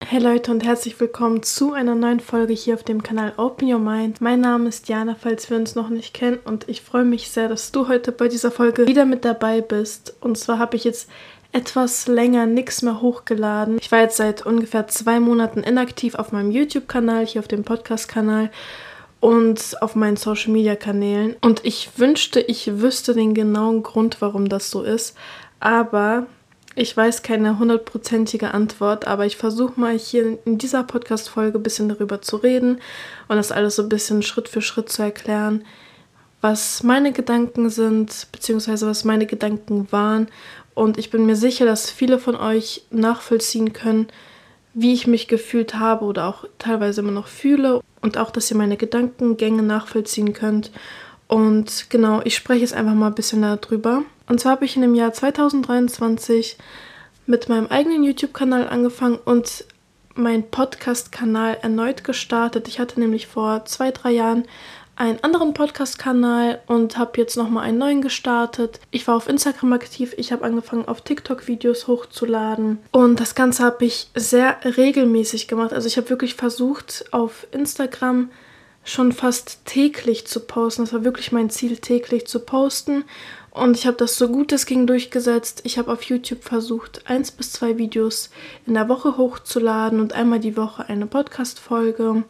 Hey Leute und herzlich willkommen zu einer neuen Folge hier auf dem Kanal Open Your Mind. Mein Name ist Jana, falls wir uns noch nicht kennen, und ich freue mich sehr, dass du heute bei dieser Folge wieder mit dabei bist. Und zwar habe ich jetzt etwas länger nichts mehr hochgeladen. Ich war jetzt seit ungefähr 2 Monaten inaktiv auf meinem YouTube-Kanal, hier auf dem Podcast-Kanal und auf meinen Social-Media-Kanälen. Und ich wünschte, ich wüsste den genauen Grund, warum das so ist. Aber ich weiß keine 100%ige Antwort, aber ich versuche mal hier in dieser Podcast-Folge ein bisschen darüber zu reden und das alles so ein bisschen Schritt für Schritt zu erklären, was meine Gedanken sind, beziehungsweise was meine Gedanken waren. Und ich bin mir sicher, dass viele von euch nachvollziehen können, wie ich mich gefühlt habe oder auch teilweise immer noch fühle, und auch, dass ihr meine Gedankengänge nachvollziehen könnt. Und genau, ich spreche jetzt einfach mal ein bisschen darüber. Und zwar habe ich in dem Jahr 2023 mit meinem eigenen YouTube-Kanal angefangen und meinen Podcast-Kanal erneut gestartet. Ich hatte nämlich vor 2-3 Jahren einen anderen Podcast-Kanal und habe jetzt nochmal einen neuen gestartet. Ich war auf Instagram aktiv, ich habe angefangen auf TikTok Videos hochzuladen und das Ganze habe ich sehr regelmäßig gemacht. Also ich habe wirklich versucht, auf Instagram schon fast täglich zu posten. Das war wirklich mein Ziel, täglich zu posten. Und ich habe das so gut es ging durchgesetzt. Ich habe auf YouTube versucht, 1 bis 2 Videos in der Woche hochzuladen und einmal die Woche eine Podcast-Folge.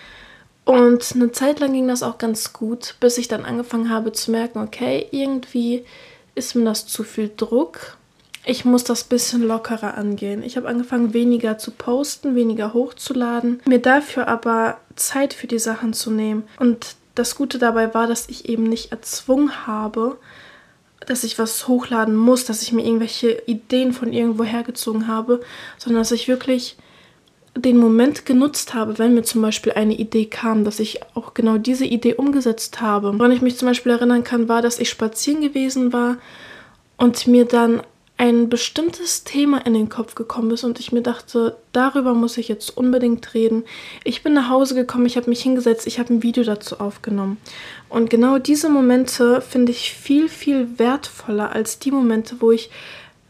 Und eine Zeit lang ging das auch ganz gut, bis ich dann angefangen habe zu merken, okay, irgendwie ist mir das zu viel Druck. Ich muss das ein bisschen lockerer angehen. Ich habe angefangen, weniger zu posten, weniger hochzuladen, mir dafür aber Zeit für die Sachen zu nehmen. Und das Gute dabei war, dass ich eben nicht erzwungen habe, dass ich was hochladen muss, dass ich mir irgendwelche Ideen von irgendwo hergezogen habe, sondern dass ich wirklich den Moment genutzt habe, wenn mir zum Beispiel eine Idee kam, dass ich auch genau diese Idee umgesetzt habe. Woran ich mich zum Beispiel erinnern kann, war, dass ich spazieren gewesen war und mir dann ein bestimmtes Thema in den Kopf gekommen ist und ich mir dachte, darüber muss ich jetzt unbedingt reden. Ich bin nach Hause gekommen, ich habe mich hingesetzt, ich habe ein Video dazu aufgenommen. Und genau diese Momente finde ich viel, viel wertvoller als die Momente, wo ich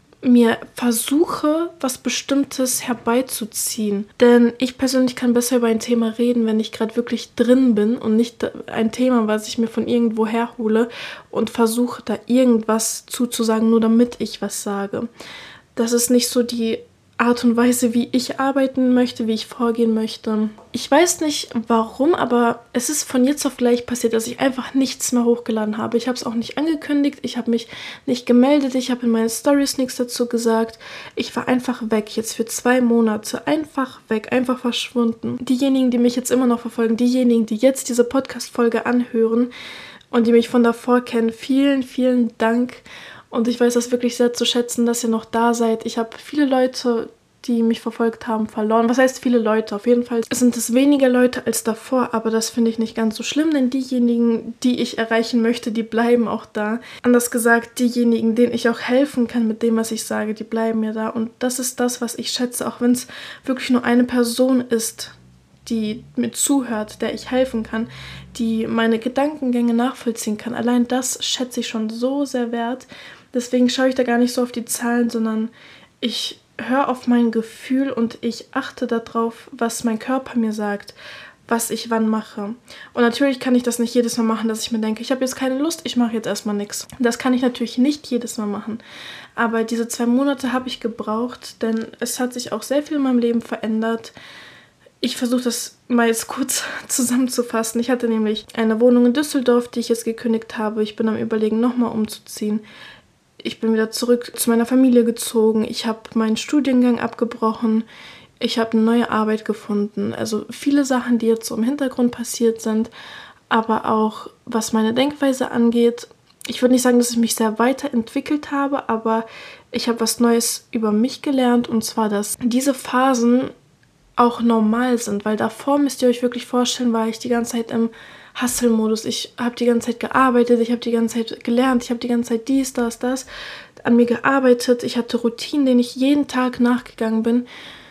mir versuche, was Bestimmtes herbeizuziehen. Denn ich persönlich kann besser über ein Thema reden, wenn ich gerade wirklich drin bin und nicht ein Thema, was ich mir von irgendwo herhole und versuche, da irgendwas zuzusagen, nur damit ich was sage. Das ist nicht so die Art und Weise, wie ich arbeiten möchte, wie ich vorgehen möchte. Ich weiß nicht warum, aber es ist von jetzt auf gleich passiert, dass ich einfach nichts mehr hochgeladen habe. Ich habe es auch nicht angekündigt, ich habe mich nicht gemeldet, ich habe in meinen Stories nichts dazu gesagt. Ich war einfach weg, jetzt für 2 Monate. Einfach weg, einfach verschwunden. Diejenigen, die mich jetzt immer noch verfolgen, diejenigen, die jetzt diese Podcast-Folge anhören und die mich von davor kennen, vielen, vielen Dank. Und ich weiß das wirklich sehr zu schätzen, dass ihr noch da seid. Ich habe viele Leute, die mich verfolgt haben, verloren. Was heißt viele Leute? Auf jeden Fall sind es weniger Leute als davor, aber das finde ich nicht ganz so schlimm, denn diejenigen, die ich erreichen möchte, die bleiben auch da. Anders gesagt, diejenigen, denen ich auch helfen kann mit dem, was ich sage, die bleiben mir da. Und das ist das, was ich schätze, auch wenn es wirklich nur eine Person ist, die mir zuhört, der ich helfen kann, die meine Gedankengänge nachvollziehen kann. Allein das schätze ich schon so sehr wert. Deswegen schaue ich da gar nicht so auf die Zahlen, sondern ich höre auf mein Gefühl und ich achte darauf, was mein Körper mir sagt, was ich wann mache. Und natürlich kann ich das nicht jedes Mal machen, dass ich mir denke, ich habe jetzt keine Lust, ich mache jetzt erstmal nichts. Das kann ich natürlich nicht jedes Mal machen. Aber diese 2 Monate habe ich gebraucht, denn es hat sich auch sehr viel in meinem Leben verändert. Ich versuche das mal jetzt kurz zusammenzufassen. Ich hatte nämlich eine Wohnung in Düsseldorf, die ich jetzt gekündigt habe. Ich bin am Überlegen, nochmal umzuziehen. Ich bin wieder zurück zu meiner Familie gezogen. Ich habe meinen Studiengang abgebrochen. Ich habe eine neue Arbeit gefunden. Also viele Sachen, die jetzt so im Hintergrund passiert sind. Aber auch, was meine Denkweise angeht. Ich würde nicht sagen, dass ich mich sehr weiterentwickelt habe, aber ich habe was Neues über mich gelernt. Und zwar, dass diese Phasen auch normal sind. Weil davor, müsst ihr euch wirklich vorstellen, war ich die ganze Zeit im Hustle-Modus. Ich habe die ganze Zeit gearbeitet, ich habe die ganze Zeit gelernt, ich habe die ganze Zeit dies, das an mir gearbeitet. Ich hatte Routinen, denen ich jeden Tag nachgegangen bin.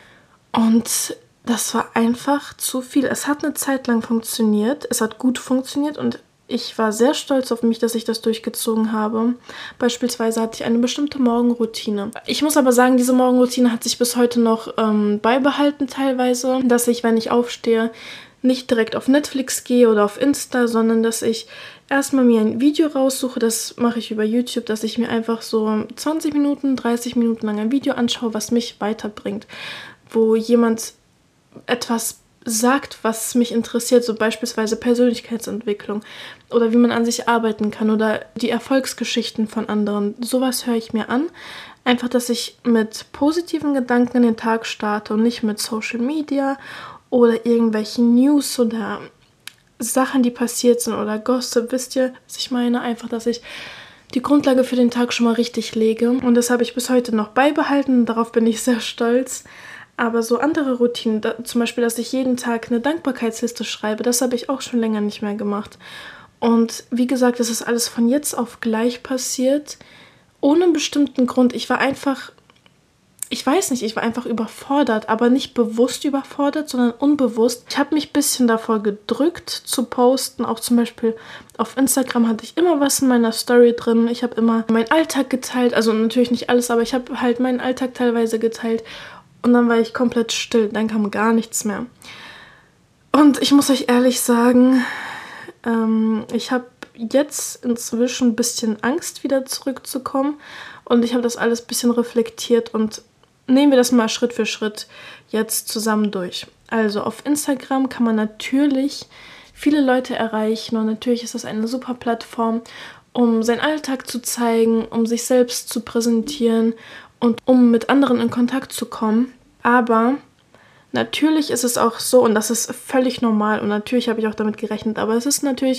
Und das war einfach zu viel. Es hat eine Zeit lang funktioniert, es hat gut funktioniert und ich war sehr stolz auf mich, dass ich das durchgezogen habe. Beispielsweise hatte ich eine bestimmte Morgenroutine. Ich muss aber sagen, diese Morgenroutine hat sich bis heute noch beibehalten teilweise, dass ich, wenn ich aufstehe, nicht direkt auf Netflix gehe oder auf Insta, sondern dass ich erstmal mir ein Video raussuche, das mache ich über YouTube, dass ich mir einfach so 20 Minuten, 30 Minuten lang ein Video anschaue, was mich weiterbringt, wo jemand etwas sagt, was mich interessiert, so beispielsweise Persönlichkeitsentwicklung oder wie man an sich arbeiten kann oder die Erfolgsgeschichten von anderen. Sowas höre ich mir an. Einfach, dass ich mit positiven Gedanken in den Tag starte und nicht mit Social Media oder irgendwelchen News oder Sachen, die passiert sind oder Gossip. Wisst ihr, was ich meine? Einfach, dass ich die Grundlage für den Tag schon mal richtig lege. Und das habe ich bis heute noch beibehalten und darauf bin ich sehr stolz. Aber so andere Routinen, zum Beispiel, dass ich jeden Tag eine Dankbarkeitsliste schreibe, das habe ich auch schon länger nicht mehr gemacht. Und wie gesagt, das ist alles von jetzt auf gleich passiert, ohne einen bestimmten Grund. Ich war einfach überfordert, aber nicht bewusst überfordert, sondern unbewusst. Ich habe mich ein bisschen davor gedrückt zu posten, auch zum Beispiel auf Instagram hatte ich immer was in meiner Story drin. Ich habe immer meinen Alltag geteilt, also natürlich nicht alles, aber ich habe halt meinen Alltag teilweise geteilt. Und dann war ich komplett still, dann kam gar nichts mehr. Und ich muss euch ehrlich sagen, ich habe jetzt inzwischen ein bisschen Angst, wieder zurückzukommen. Und ich habe das alles ein bisschen reflektiert und nehmen wir das mal Schritt für Schritt jetzt zusammen durch. Also auf Instagram kann man natürlich viele Leute erreichen und natürlich ist das eine super Plattform, um seinen Alltag zu zeigen, um sich selbst zu präsentieren und um mit anderen in Kontakt zu kommen. Aber natürlich ist es auch so, und das ist völlig normal und natürlich habe ich auch damit gerechnet, aber es ist natürlich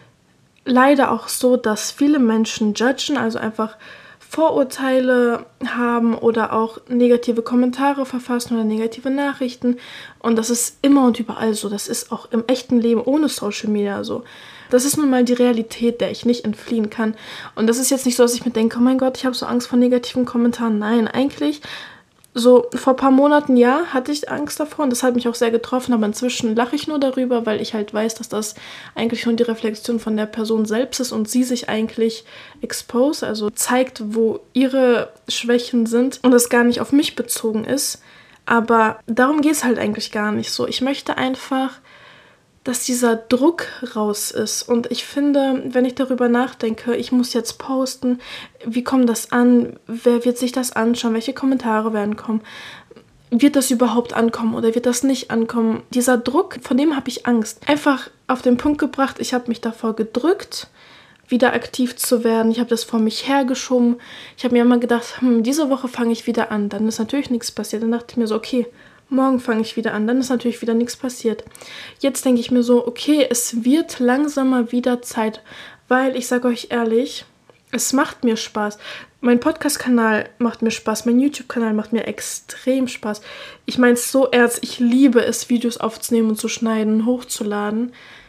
leider auch so, dass viele Menschen judgen, also einfach Vorurteile haben oder auch negative Kommentare verfassen oder negative Nachrichten. Und das ist immer und überall so. Das ist auch im echten Leben ohne Social Media so. Das ist nun mal die Realität, der ich nicht entfliehen kann. Und das ist jetzt nicht so, dass ich mir denke, oh mein Gott, ich habe so Angst vor negativen Kommentaren. Nein, eigentlich so vor ein paar Monaten, ja, hatte ich Angst davor und das hat mich auch sehr getroffen, aber inzwischen lache ich nur darüber, weil ich halt weiß, dass das eigentlich nur die Reflexion von der Person selbst ist und sie sich eigentlich expose, also zeigt, wo ihre Schwächen sind und es gar nicht auf mich bezogen ist. Aber darum geht es halt eigentlich gar nicht so. Ich möchte einfach, dass dieser Druck raus ist. Und ich finde, wenn ich darüber nachdenke, ich muss jetzt posten, wie kommt das an, wer wird sich das anschauen, welche Kommentare werden kommen, wird das überhaupt ankommen oder wird das nicht ankommen? Dieser Druck, von dem habe ich Angst. Einfach auf den Punkt gebracht, ich habe mich davor gedrückt, wieder aktiv zu werden. Ich habe das vor mich hergeschoben. Ich habe mir immer gedacht, diese Woche fange ich wieder an. Dann ist natürlich nichts passiert. Dann dachte ich mir so, okay, morgen fange ich wieder an, dann ist natürlich wieder nichts passiert. Jetzt denke ich mir so, okay, es wird langsam mal wieder Zeit, weil ich sage euch ehrlich, es macht mir Spaß. Mein Podcast-Kanal macht mir Spaß, mein YouTube-Kanal macht mir extrem Spaß. Ich meine es so ernst, ich liebe es, Videos aufzunehmen und zu schneiden, hochzuladen.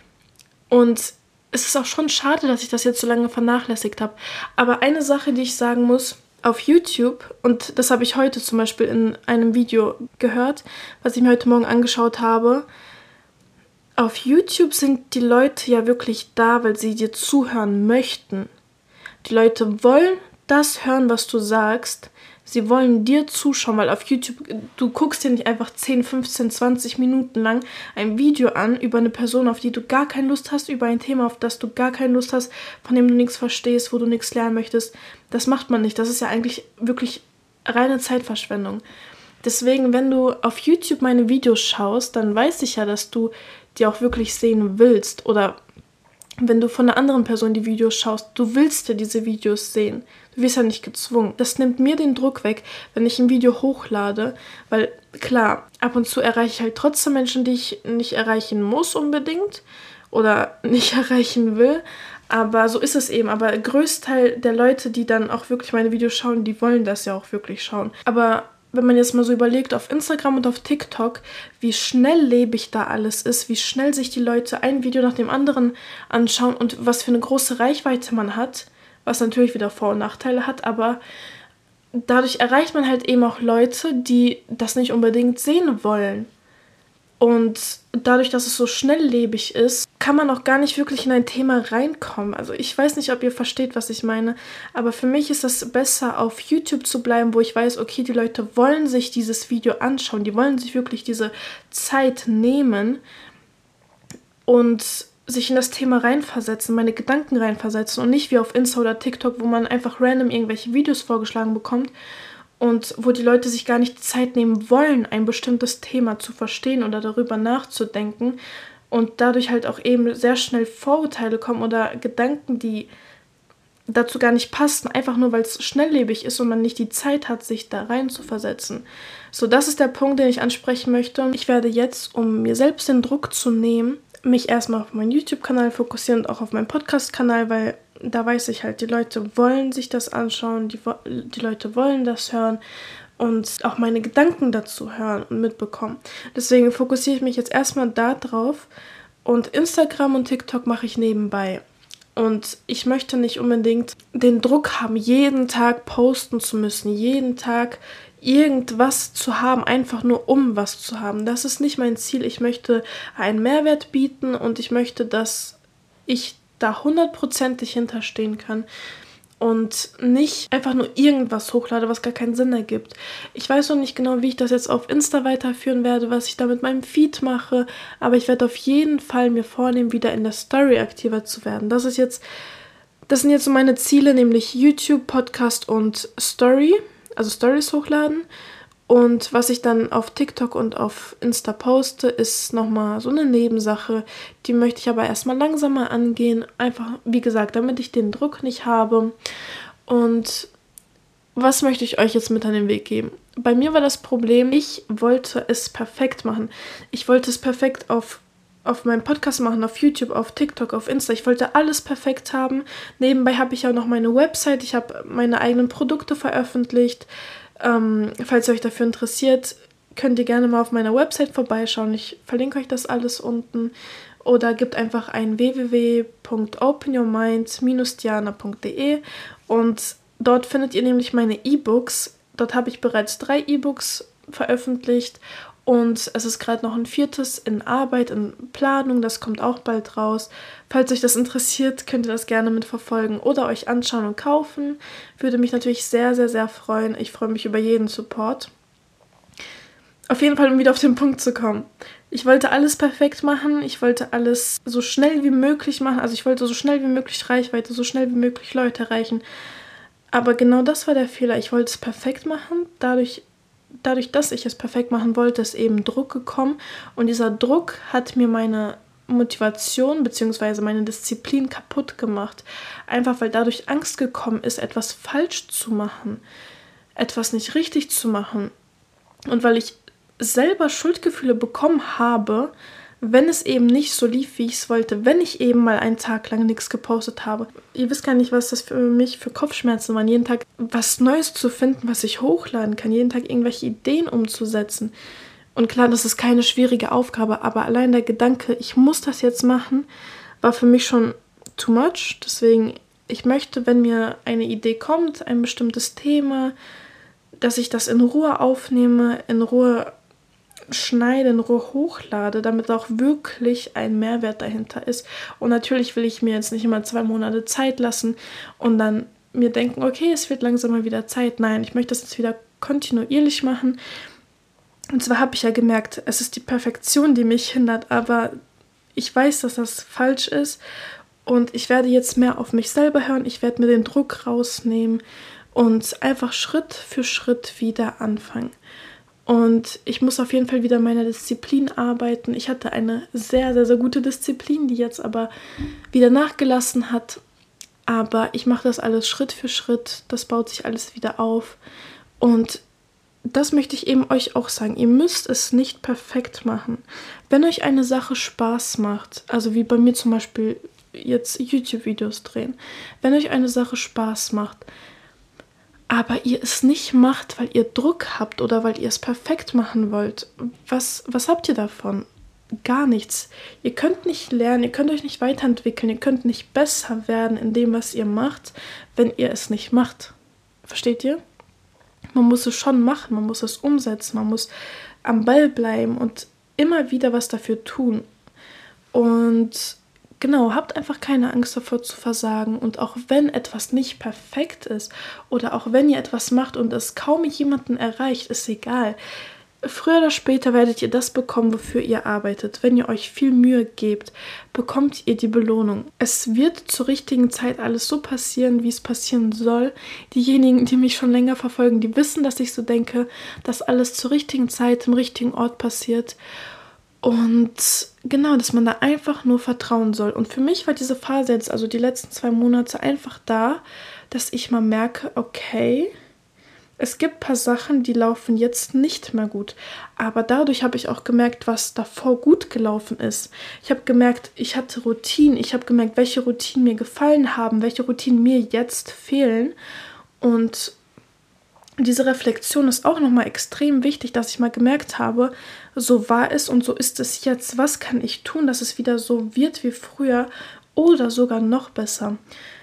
Und es ist auch schon schade, dass ich das jetzt so lange vernachlässigt habe. Aber eine Sache, die ich sagen muss, auf YouTube, und das habe ich heute zum Beispiel in einem Video gehört, was ich mir heute Morgen angeschaut habe, auf YouTube sind die Leute ja wirklich da, weil sie dir zuhören möchten. Die Leute wollen das hören, was du sagst. Sie wollen dir zuschauen, weil auf YouTube, du guckst dir nicht einfach 10, 15, 20 Minuten lang ein Video an über eine Person, auf die du gar keine Lust hast, über ein Thema, auf das du gar keine Lust hast, von dem du nichts verstehst, wo du nichts lernen möchtest. Das macht man nicht. Das ist ja eigentlich wirklich reine Zeitverschwendung. Deswegen, wenn du auf YouTube meine Videos schaust, dann weiß ich ja, dass du die auch wirklich sehen willst. Oder wenn du von einer anderen Person die Videos schaust, du willst ja diese Videos sehen. Du wirst ja nicht gezwungen. Das nimmt mir den Druck weg, wenn ich ein Video hochlade, weil klar, ab und zu erreiche ich halt trotzdem Menschen, die ich nicht erreichen muss unbedingt oder nicht erreichen will, aber so ist es eben. Aber der Größteil der Leute, die dann auch wirklich meine Videos schauen, die wollen das ja auch wirklich schauen. Aber wenn man jetzt mal so überlegt, auf Instagram und auf TikTok, wie schnelllebig da alles ist, wie schnell sich die Leute ein Video nach dem anderen anschauen und was für eine große Reichweite man hat, was natürlich wieder Vor- und Nachteile hat, aber dadurch erreicht man halt eben auch Leute, die das nicht unbedingt sehen wollen. Und dadurch, dass es so schnelllebig ist, kann man auch gar nicht wirklich in ein Thema reinkommen. Also ich weiß nicht, ob ihr versteht, was ich meine, aber für mich ist es besser, auf YouTube zu bleiben, wo ich weiß, okay, die Leute wollen sich dieses Video anschauen, die wollen sich wirklich diese Zeit nehmen und sich in das Thema reinversetzen, meine Gedanken reinversetzen und nicht wie auf Insta oder TikTok, wo man einfach random irgendwelche Videos vorgeschlagen bekommt und wo die Leute sich gar nicht die Zeit nehmen wollen, ein bestimmtes Thema zu verstehen oder darüber nachzudenken und dadurch halt auch eben sehr schnell Vorurteile kommen oder Gedanken, die dazu gar nicht passen, einfach nur weil es schnelllebig ist und man nicht die Zeit hat, sich da rein zu versetzen. So, das ist der Punkt, den ich ansprechen möchte. Ich werde jetzt, um mir selbst den Druck zu nehmen, mich erstmal auf meinen YouTube-Kanal fokussieren und auch auf meinen Podcast-Kanal, weil da weiß ich halt, die Leute wollen sich das anschauen, die Leute wollen das hören und auch meine Gedanken dazu hören und mitbekommen. Deswegen fokussiere ich mich jetzt erstmal da drauf und Instagram und TikTok mache ich nebenbei. Und ich möchte nicht unbedingt den Druck haben, jeden Tag posten zu müssen, jeden Tag irgendwas zu haben, einfach nur um was zu haben. Das ist nicht mein Ziel. Ich möchte einen Mehrwert bieten und ich möchte, dass ich da 100%ig hinterstehen kann und nicht einfach nur irgendwas hochlade, was gar keinen Sinn ergibt. Ich weiß noch nicht genau, wie ich das jetzt auf Insta weiterführen werde, was ich da mit meinem Feed mache, aber ich werde auf jeden Fall mir vornehmen, wieder in der Story aktiver zu werden. Das sind jetzt so meine Ziele, nämlich YouTube, Podcast und Story, also Stories hochladen. Und was ich dann auf TikTok und auf Insta poste, ist nochmal so eine Nebensache. Die möchte ich aber erstmal langsamer angehen. Einfach, wie gesagt, damit ich den Druck nicht habe. Und was möchte ich euch jetzt mit an den Weg geben? Bei mir war das Problem, ich wollte es perfekt machen. Ich wollte es perfekt auf meinem Podcast machen, auf YouTube, auf TikTok, auf Insta. Ich wollte alles perfekt haben. Nebenbei habe ich auch noch meine Website. Ich habe meine eigenen Produkte veröffentlicht. Falls ihr euch dafür interessiert, könnt ihr gerne mal auf meiner Website vorbeischauen. Ich verlinke euch das alles unten. Oder gebt einfach ein www.openyourmind-diana.de und dort findet ihr nämlich meine E-Books. Dort habe ich bereits 3 E-Books veröffentlicht und es ist gerade noch ein 4. in Arbeit, in Planung. Das kommt auch bald raus. Falls euch das interessiert, könnt ihr das gerne mitverfolgen oder euch anschauen und kaufen. Würde mich natürlich sehr, sehr, sehr freuen. Ich freue mich über jeden Support. Auf jeden Fall, um wieder auf den Punkt zu kommen. Ich wollte alles perfekt machen. Ich wollte alles so schnell wie möglich machen. Also ich wollte so schnell wie möglich Reichweite, so schnell wie möglich Leute erreichen. Aber genau das war der Fehler. Ich wollte es perfekt machen. Dadurch, dass ich es perfekt machen wollte, ist eben Druck gekommen. Und dieser Druck hat mir meine Motivation bzw. meine Disziplin kaputt gemacht. Einfach weil dadurch Angst gekommen ist, etwas falsch zu machen, etwas nicht richtig zu machen. Und weil ich selber Schuldgefühle bekommen habe, wenn es eben nicht so lief, wie ich es wollte, wenn ich eben mal einen Tag lang nichts gepostet habe. Ihr wisst gar nicht, was das für mich für Kopfschmerzen waren, jeden Tag was Neues zu finden, was ich hochladen kann, jeden Tag irgendwelche Ideen umzusetzen. Und klar, das ist keine schwierige Aufgabe, aber allein der Gedanke, ich muss das jetzt machen, war für mich schon too much. Deswegen, ich möchte, wenn mir eine Idee kommt, ein bestimmtes Thema, dass ich das in Ruhe aufnehme, in Ruhe schneide, in Ruhe hochlade, damit auch wirklich ein Mehrwert dahinter ist. Und natürlich will ich mir jetzt nicht immer 2 Monate Zeit lassen und dann mir denken, okay, es wird langsam mal wieder Zeit. Nein, ich möchte das jetzt wieder kontinuierlich machen. Und zwar habe ich ja gemerkt, es ist die Perfektion, die mich hindert, aber ich weiß, dass das falsch ist und ich werde jetzt mehr auf mich selber hören, ich werde mir den Druck rausnehmen und einfach Schritt für Schritt wieder anfangen. Und ich muss auf jeden Fall wieder meiner Disziplin arbeiten. Ich hatte eine sehr, sehr, sehr gute Disziplin, die jetzt aber wieder nachgelassen hat. Aber ich mache das alles Schritt für Schritt, das baut sich alles wieder auf und das möchte ich eben euch auch sagen. Ihr müsst es nicht perfekt machen. Wenn euch eine Sache Spaß macht, also wie bei mir zum Beispiel jetzt YouTube-Videos drehen, wenn euch eine Sache Spaß macht, aber ihr es nicht macht, weil ihr Druck habt oder weil ihr es perfekt machen wollt, was habt ihr davon? Gar nichts. Ihr könnt nicht lernen, ihr könnt euch nicht weiterentwickeln, ihr könnt nicht besser werden in dem, was ihr macht, wenn ihr es nicht macht. Versteht ihr? Man muss es schon machen, man muss es umsetzen, man muss am Ball bleiben und immer wieder was dafür tun. Und genau, habt einfach keine Angst davor zu versagen. Und auch wenn etwas nicht perfekt ist oder auch wenn ihr etwas macht und es kaum jemanden erreicht, ist egal. Früher oder später werdet ihr das bekommen, wofür ihr arbeitet. Wenn ihr euch viel Mühe gebt, bekommt ihr die Belohnung. Es wird zur richtigen Zeit alles so passieren, wie es passieren soll. Diejenigen, die mich schon länger verfolgen, die wissen, dass ich so denke, dass alles zur richtigen Zeit, im richtigen Ort passiert. Und genau, dass man da einfach nur vertrauen soll. Und für mich war diese Phase jetzt, also die letzten 2 Monate, einfach da, dass ich mal merke, okay, es gibt ein paar Sachen, die laufen jetzt nicht mehr gut. Aber dadurch habe ich auch gemerkt, was davor gut gelaufen ist. Ich habe gemerkt, ich hatte Routinen. Ich habe gemerkt, welche Routinen mir gefallen haben, welche Routinen mir jetzt fehlen. Und diese Reflexion ist auch nochmal extrem wichtig, dass ich mal gemerkt habe, so war es und so ist es jetzt. Was kann ich tun, dass es wieder so wird wie früher oder sogar noch besser?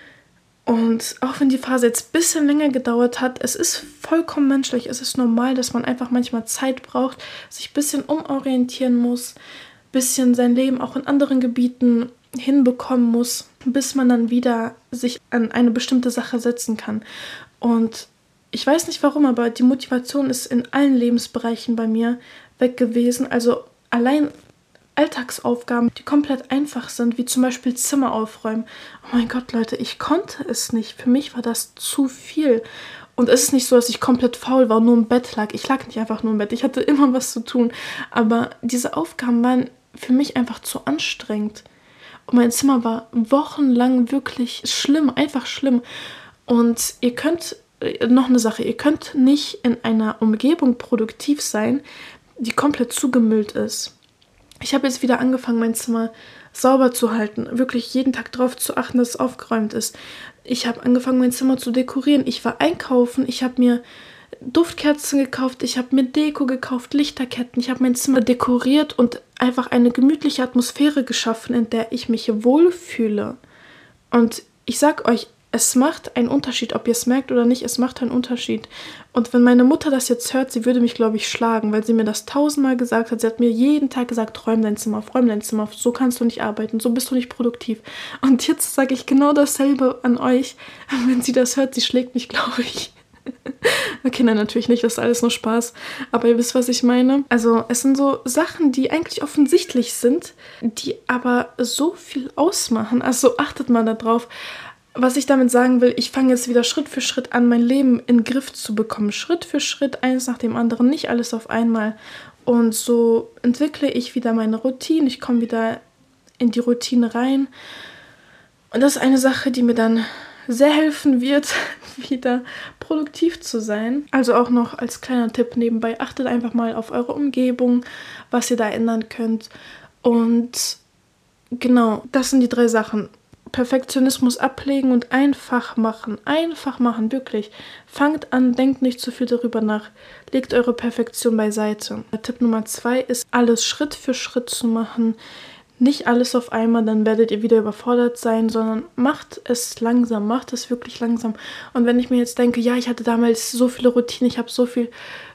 Und auch wenn die Phase jetzt ein bisschen länger gedauert hat, es ist vollkommen menschlich, es ist normal, dass man einfach manchmal Zeit braucht, sich ein bisschen umorientieren muss, ein bisschen sein Leben auch in anderen Gebieten hinbekommen muss, bis man dann wieder sich an eine bestimmte Sache setzen kann. Und ich weiß nicht warum, aber die Motivation ist in allen Lebensbereichen bei mir weg gewesen. Also allein Alltagsaufgaben, die komplett einfach sind, wie zum Beispiel Zimmer aufräumen. Oh mein Gott, Leute, ich konnte es nicht. Für mich war das zu viel. Und es ist nicht so, dass ich komplett faul war und nur im Bett lag. Ich lag nicht einfach nur im Bett. Ich hatte immer was zu tun. Aber diese Aufgaben waren für mich einfach zu anstrengend. Und mein Zimmer war wochenlang wirklich schlimm, einfach schlimm. Und ihr könnt, noch eine Sache, ihr könnt nicht in einer Umgebung produktiv sein, die komplett zugemüllt ist. Ich habe jetzt wieder angefangen, mein Zimmer sauber zu halten, wirklich jeden Tag darauf zu achten, dass es aufgeräumt ist. Ich habe angefangen, mein Zimmer zu dekorieren. Ich war einkaufen, ich habe mir Duftkerzen gekauft, ich habe mir Deko gekauft, Lichterketten. Ich habe mein Zimmer dekoriert und einfach eine gemütliche Atmosphäre geschaffen, in der ich mich wohlfühle. Und ich sag euch, es macht einen Unterschied, ob ihr es merkt oder nicht, es macht einen Unterschied. Und wenn meine Mutter das jetzt hört, sie würde mich, glaube ich, schlagen, weil sie mir das 1000-mal gesagt hat. Sie hat mir jeden Tag gesagt, räum dein Zimmer auf, räum dein Zimmer auf, so kannst du nicht arbeiten, so bist du nicht produktiv. Und jetzt sage ich genau dasselbe an euch. Wenn sie das hört, sie schlägt mich, glaube ich. Okay, nein, natürlich nicht, das ist alles nur Spaß. Aber ihr wisst, was ich meine. Also es sind so Sachen, die eigentlich offensichtlich sind, die aber so viel ausmachen. Also achtet mal darauf. Was ich damit sagen will, ich fange jetzt wieder Schritt für Schritt an, mein Leben in den Griff zu bekommen. Schritt für Schritt, eins nach dem anderen, nicht alles auf einmal. Und so entwickle ich wieder meine Routine. Ich komme wieder in die Routine rein. Und das ist eine Sache, die mir dann sehr helfen wird, wieder produktiv zu sein. Also auch noch als kleiner Tipp nebenbei, achtet einfach mal auf eure Umgebung, was ihr da ändern könnt. Und genau, das sind die 3 Sachen. Perfektionismus ablegen und einfach machen. Einfach machen, wirklich. Fangt an, denkt nicht zu viel darüber nach. Legt eure Perfektion beiseite. Tipp Nummer 2 ist, alles Schritt für Schritt zu machen. Nicht alles auf einmal, dann werdet ihr wieder überfordert sein, sondern macht es langsam, macht es wirklich langsam. Und wenn ich mir jetzt denke, ja, ich hatte damals so viele Routinen, ich habe so viel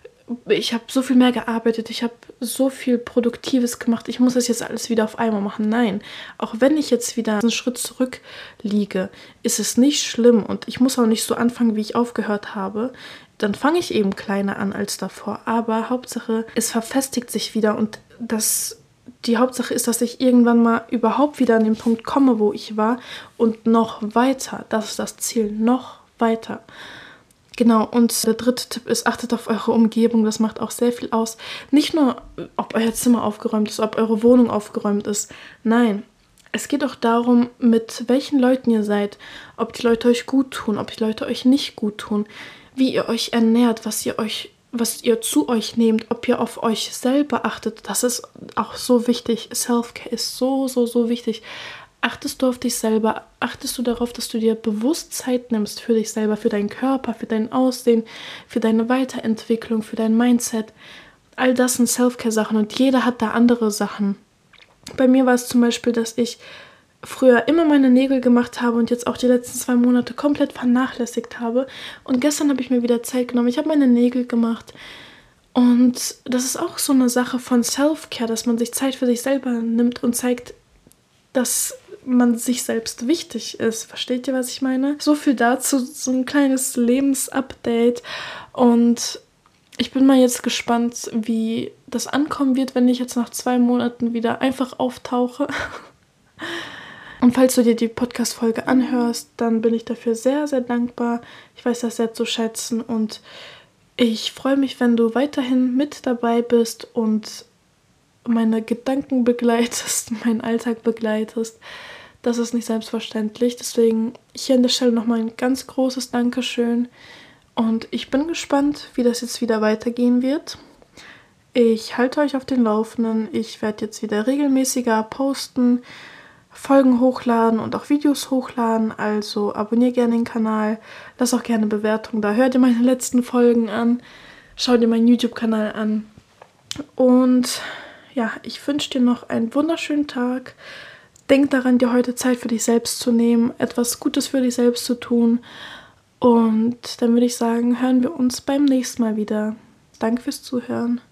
mehr gearbeitet, ich habe so viel Produktives gemacht, ich muss das jetzt alles wieder auf einmal machen. Nein, auch wenn ich jetzt wieder einen Schritt zurück liege, ist es nicht schlimm und ich muss auch nicht so anfangen, wie ich aufgehört habe. Dann fange ich eben kleiner an als davor. Aber Hauptsache, es verfestigt sich wieder und die Hauptsache ist, dass ich irgendwann mal überhaupt wieder an den Punkt komme, wo ich war und noch weiter. Das ist das Ziel, noch weiter. Genau, und der 3. Tipp ist, achtet auf eure Umgebung, das macht auch sehr viel aus. Nicht nur, ob euer Zimmer aufgeräumt ist, ob eure Wohnung aufgeräumt ist. Nein, es geht auch darum, mit welchen Leuten ihr seid, ob die Leute euch gut tun, ob die Leute euch nicht gut tun, wie ihr euch ernährt, was ihr zu euch nehmt, ob ihr auf euch selber achtet. Das ist auch so wichtig. Self-Care ist so, so, so wichtig. Achtest du auf dich selber? Achtest du darauf, dass du dir bewusst Zeit nimmst für dich selber, für deinen Körper, für dein Aussehen, für deine Weiterentwicklung, für dein Mindset? All das sind Self-Care-Sachen und jeder hat da andere Sachen. Bei mir war es zum Beispiel, dass ich früher immer meine Nägel gemacht habe und jetzt auch die letzten 2 Monate komplett vernachlässigt habe. Und gestern habe ich mir wieder Zeit genommen. Ich habe meine Nägel gemacht Und das ist auch so eine Sache von Self-Care, dass man sich Zeit für sich selber nimmt und zeigt, dass man sich selbst wichtig ist. Versteht ihr, was ich meine? So viel dazu, so ein kleines Lebensupdate. Und ich bin mal jetzt gespannt, wie das ankommen wird, wenn ich jetzt nach 2 Monaten wieder einfach auftauche. Und falls du dir die Podcast-Folge anhörst, dann bin ich dafür sehr, sehr dankbar. Ich weiß das sehr zu schätzen und ich freue mich, wenn du weiterhin mit dabei bist und meine Gedanken begleitest, meinen Alltag begleitest. Das ist nicht selbstverständlich. Deswegen hier an der Stelle nochmal ein ganz großes Dankeschön. Und ich bin gespannt, wie das jetzt wieder weitergehen wird. Ich halte euch auf den Laufenden. Ich werde jetzt wieder regelmäßiger posten, Folgen hochladen und auch Videos hochladen. Also abonniere gerne den Kanal, lass auch gerne Bewertungen da. Hör dir meine letzten Folgen an, schau dir meinen YouTube-Kanal an. Und ja, ich wünsche dir noch einen wunderschönen Tag. Denk daran, dir heute Zeit für dich selbst zu nehmen, etwas Gutes für dich selbst zu tun. Und dann würde ich sagen, hören wir uns beim nächsten Mal wieder. Danke fürs Zuhören.